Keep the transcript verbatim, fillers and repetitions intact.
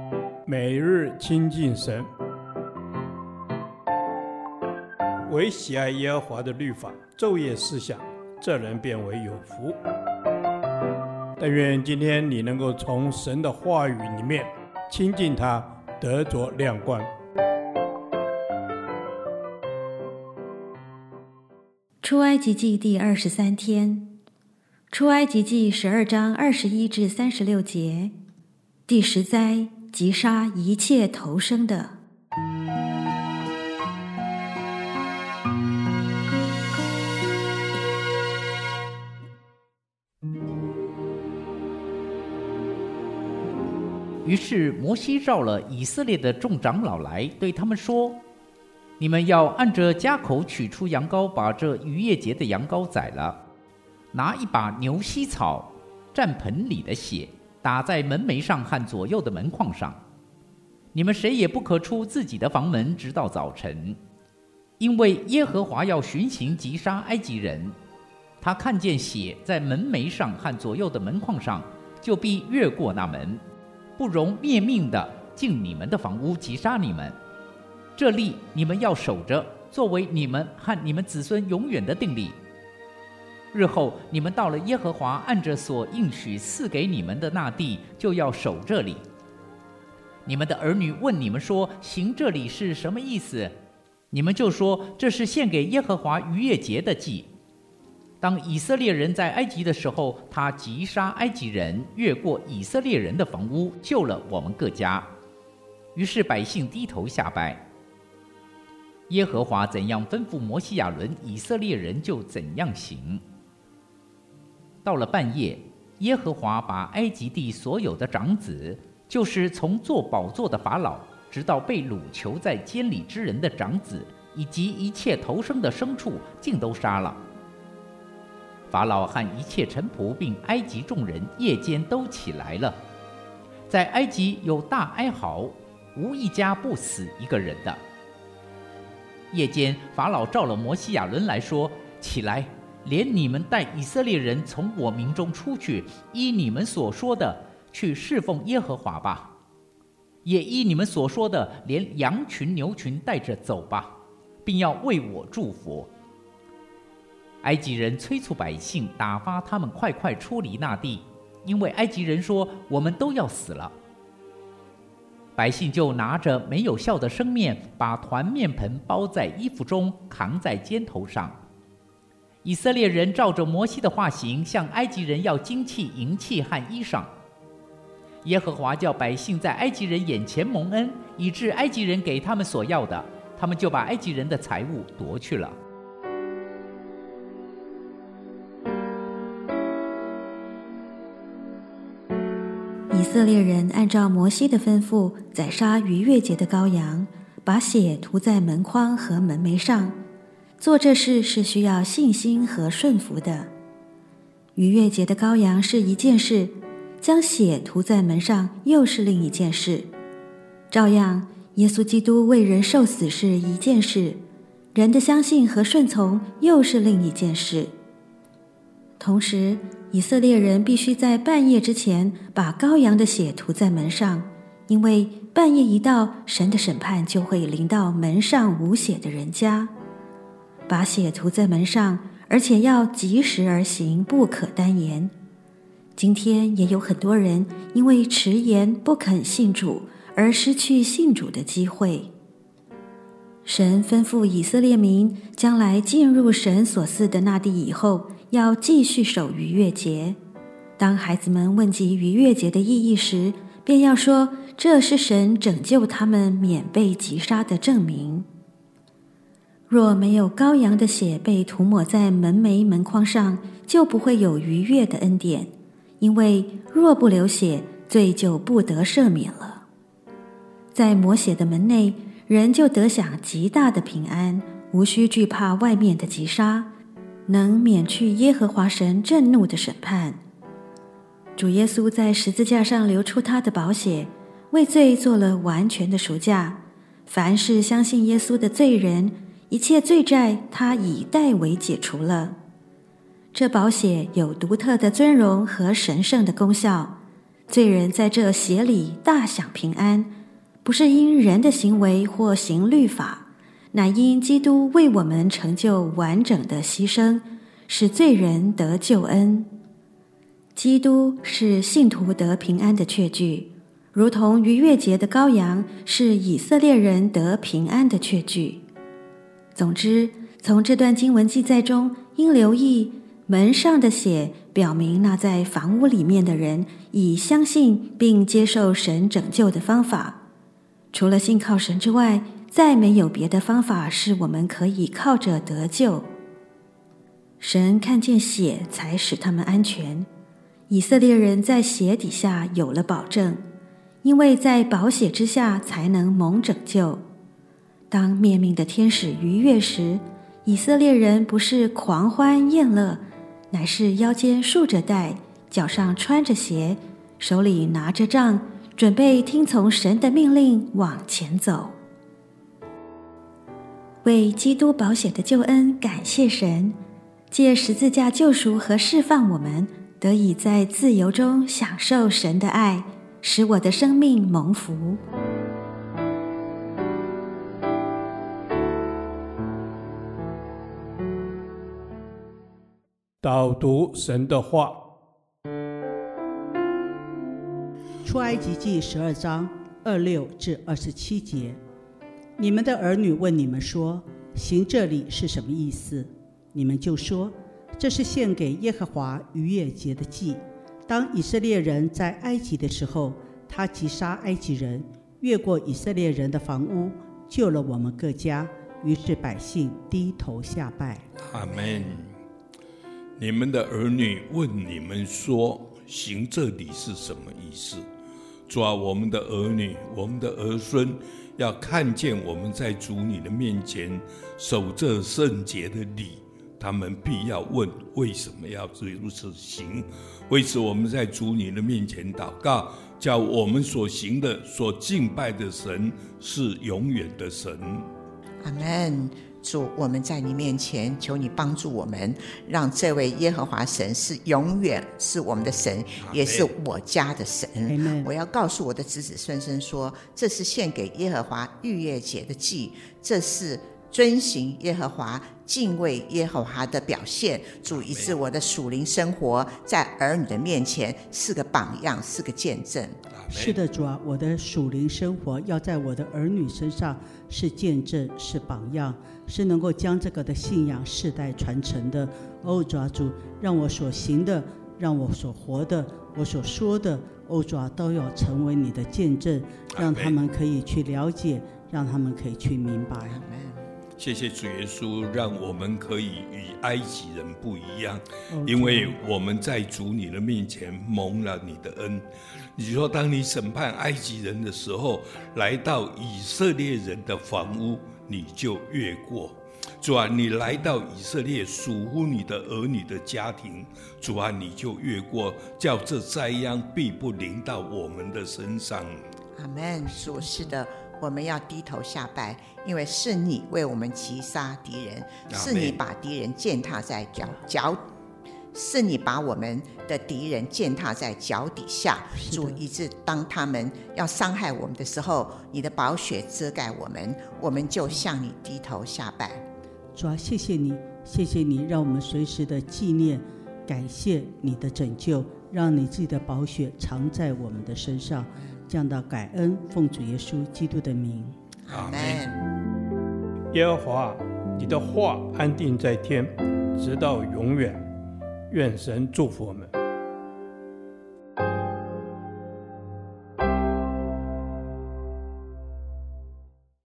每日亲近神，唯喜爱耶和华的律法，昼夜思想，这人变为有福。但愿今天你能够从神的话语里面亲近他，得着亮光。 出埃及记第二十三天，出埃及记十二章二十一至三十六节，第十灾，击杀一切头生的。 于是摩西召了以色列的众长老来，对他们说：你们要按着家口取出羊羔，把这逾越节的羊羔宰了，拿一把牛膝草蘸盆里的血，打在门楣上和左右的门框上。你们谁也不可出自己的房门，直到早晨，因为耶和华要巡行击杀埃及人。他看见血在门楣上和左右的门框上，就必越过那门，不容灭命的进你们的房屋击杀你们。这例你们要守着，作为你们和你们子孙永远的定例。日后你们到了耶和华按着所应许赐给你们的那地，就要守这里。你们的儿女问你们说，行这里是什么意思？你们就说，这是献给耶和华逾越节的祭。当以色列人在埃及的时候，他击杀埃及人，越过以色列人的房屋，救了我们各家。于是百姓低头下拜。耶和华怎样吩咐摩西亚伦，以色列人就怎样行。到了半夜，耶和华把埃及地所有的长子，就是从坐宝座的法老，直到被掳囚在监里之人的长子，以及一切头生的牲畜，尽都杀了。法老和一切臣仆并埃及众人夜间都起来了，在埃及有大哀嚎，无一家不死一个人的。夜间，法老召了摩西亚伦来说：起来，连你们带以色列人从我民中出去，依你们所说的去侍奉耶和华吧，也依你们所说的连羊群牛群带着走吧，并要为我祝福。埃及人催促百姓，打发他们快快出离那地，因为埃及人说，我们都要死了。百姓就拿着没有酵的生面，把团面盆包在衣服中，扛在肩头上。以色列人照着摩西的话行，向埃及人要金器、银器和衣裳。耶和华叫百姓在埃及人眼前蒙恩，以致埃及人给他们所要的，他们就把埃及人的财物夺去了。 以色列人按照摩西的吩咐，宰杀逾越节的羔羊，把血涂在门框和门楣上。做这事是需要信心和顺服的。逾越节的羔羊是一件事，将血涂在门上又是另一件事。照样，耶稣基督为人受死是一件事，人的相信和顺从又是另一件事。同时，以色列人必须在半夜之前把羔羊的血涂在门上，因为半夜一到，神的审判就会临到门上无血的人家。把血涂在门上，而且要及时而行，不可单言。今天也有很多人因为迟延不肯信主，而失去信主的机会。神吩咐以色列民将来进入神所赐的那地以后，要继续守逾越节。当孩子们问及逾越节的意义时，便要说这是神拯救他们免被击杀的证明。若没有羔羊的血被涂抹在门楣门框上，就不会有逾越的恩典，因为若不流血，罪就不得赦免了。在抹血的门内，人就得享极大的平安，无需惧怕外面的击杀，能免去耶和华神震怒的审判。主耶稣在十字架上流出他的宝血，为罪做了完全的赎价。凡是相信耶稣的罪人，一切罪债他已代为解除了。这宝血有独特的尊荣和神圣的功效， 罪人在这血里大享平安，不是因人的行为或行律法，乃因基督为我们成就完整的牺牲，使罪人得救恩。基督是信徒得平安的确据，如同逾越节的羔羊是以色列人得平安的确据。总之，从这段经文记载中，应留意门上的血表明那在房屋里面的人已相信并接受神拯救的方法。除了信靠神之外，再没有别的方法是我们可以靠着得救。神看见血才使他们安全。以色列人在血底下有了保证，因为在宝血之下才能蒙拯救。当灭命的天使逾越时，以色列人不是狂欢宴乐，乃是腰间束着带，脚上穿着鞋，手里拿着杖，准备听从神的命令往前走。为基督宝血的救恩感谢神，借十字架救赎和释放我们，得以在自由中享受神的爱，使我的生命蒙福。 导读神的话。 出埃及记十二章二六至二十七节，你们的儿女问你们说，行这里是什么意思？你们就说，这是献给耶和华逾越节的祭。当以色列人在埃及的时候，他击杀埃及人，越过以色列人的房屋，救了我们各家。于是百姓低头下拜。 阿们。你们的儿女问你们说，行这礼是什么意思？主啊，我们的儿女，我们的儿孙要看见我们在主你的面前守这圣洁的礼，他们必要问，为什么要如此行？为此我们在主你的面前祷告，叫我们所行的、所敬拜的神是永远的神。 阿们。主，我们在你面前求你帮助我们，让这位耶和华神是永远是我们的神，也是我家的神。我要告诉我的子子孙孙说，这是献给耶和华逾越节的祭，这是遵行耶和华、敬畏耶和华的表现。主，以致我的属灵生活在儿女的面前是个榜样，是个见证。 是的，主啊，我的属灵生活要在我的儿女身上是见证，是榜样，是能够将这个的信仰世代传承的。哦，主啊，主，让我所行的，让我所活的，我所说的，哦，主啊，都要成为你的见证，让他们可以去了解，让他们可以去明白。 谢谢主耶稣，让我们可以与埃及人不一样，因为我们在主你的面前蒙了你的恩。你说当你审判埃及人的时候，来到以色列人的房屋，你就越过。主啊，你来到以色列属乎你的儿女的家庭，主啊，你就越过，叫这灾殃必不临到我们的身上。 阿们。主，是的，我们要低头下拜，因为是你为我们击杀敌人，是你把敌人践踏在脚脚，是你把我们的敌人践踏在脚底下。主，以致当他们要伤害我们的时候，你的宝血遮盖我们，我们就向你低头下拜。 主啊，谢谢你，谢谢你，让我们随时的纪念、感谢你的拯救，让你自己的宝血藏在我们的身上。这样的感恩，奉主耶稣基督的名。 阿们。 耶和华，你的话安定在天，直到永远。愿神祝福我们。